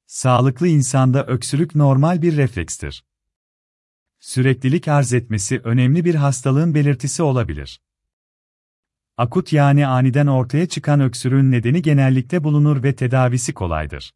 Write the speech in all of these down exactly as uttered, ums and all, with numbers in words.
Sağlıklı insanda öksürük normal bir reflekstir. Süreklilik arz etmesi önemli bir hastalığın belirtisi olabilir. Akut yani aniden ortaya çıkan öksürüğün nedeni genellikle bulunur ve tedavisi kolaydır.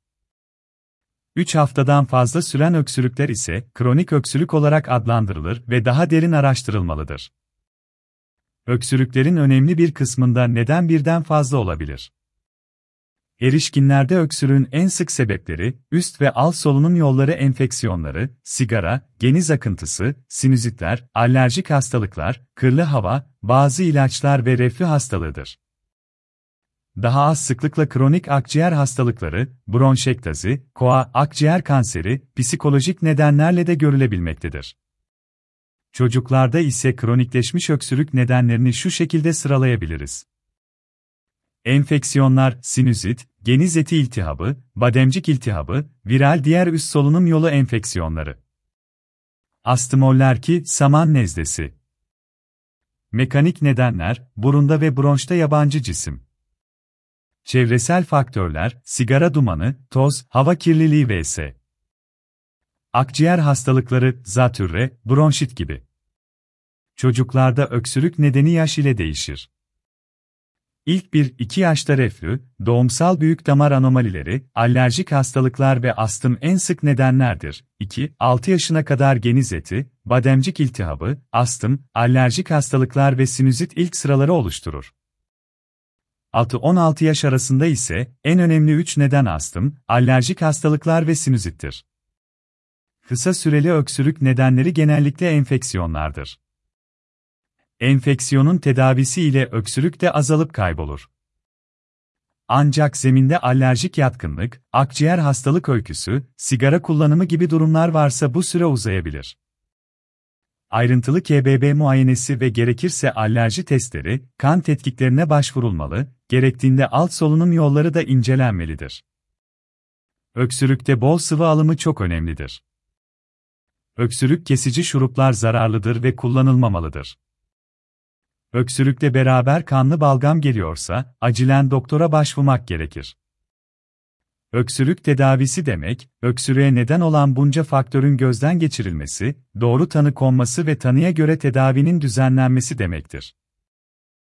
üç haftadan fazla süren öksürükler ise kronik öksürük olarak adlandırılır ve daha derin araştırılmalıdır. Öksürüklerin önemli bir kısmında neden birden fazla olabilir. Erişkinlerde öksürüğün en sık sebepleri, üst ve alt solunum yolları enfeksiyonları, sigara, geniz akıntısı, sinüzitler, alerjik hastalıklar, kirli hava, bazı ilaçlar ve reflü hastalığıdır. Daha az sıklıkla kronik akciğer hastalıkları, bronşektazi, koa, akciğer kanseri, psikolojik nedenlerle de görülebilmektedir. Çocuklarda ise kronikleşmiş öksürük nedenlerini şu şekilde sıralayabiliriz. Enfeksiyonlar, sinüzit, geniz eti iltihabı, bademcik iltihabı, viral diğer üst solunum yolu enfeksiyonları. Astimoller ki, saman nezlesi. Mekanik nedenler, burunda ve bronşta yabancı cisim. Çevresel faktörler, sigara dumanı, toz, hava kirliliği vs. Akciğer hastalıkları, zatürre, bronşit gibi. Çocuklarda öksürük nedeni yaş ile değişir. İlk bir iki yaşta reflü, doğumsal büyük damar anomalileri, alerjik hastalıklar ve astım en sık nedenlerdir. iki altı yaşına kadar geniz eti, bademcik iltihabı, astım, alerjik hastalıklar ve sinüzit ilk sıraları oluşturur. altı on altı yaş arasında ise en önemli üç neden astım, alerjik hastalıklar ve sinüzittir. Kısa süreli öksürük nedenleri genellikle enfeksiyonlardır. Enfeksiyonun tedavisi ile öksürük de azalıp kaybolur. Ancak zeminde alerjik yatkınlık, akciğer hastalık öyküsü, sigara kullanımı gibi durumlar varsa bu süre uzayabilir. Ayrıntılı K B B muayenesi ve gerekirse alerji testleri, kan tetkiklerine başvurulmalı, gerektiğinde alt solunum yolları da incelenmelidir. Öksürükte bol sıvı alımı çok önemlidir. Öksürük kesici şuruplar zararlıdır ve kullanılmamalıdır. Öksürükle beraber kanlı balgam geliyorsa, acilen doktora başvurmak gerekir. Öksürük tedavisi demek, öksürüğe neden olan bunca faktörün gözden geçirilmesi, doğru tanı konması ve tanıya göre tedavinin düzenlenmesi demektir.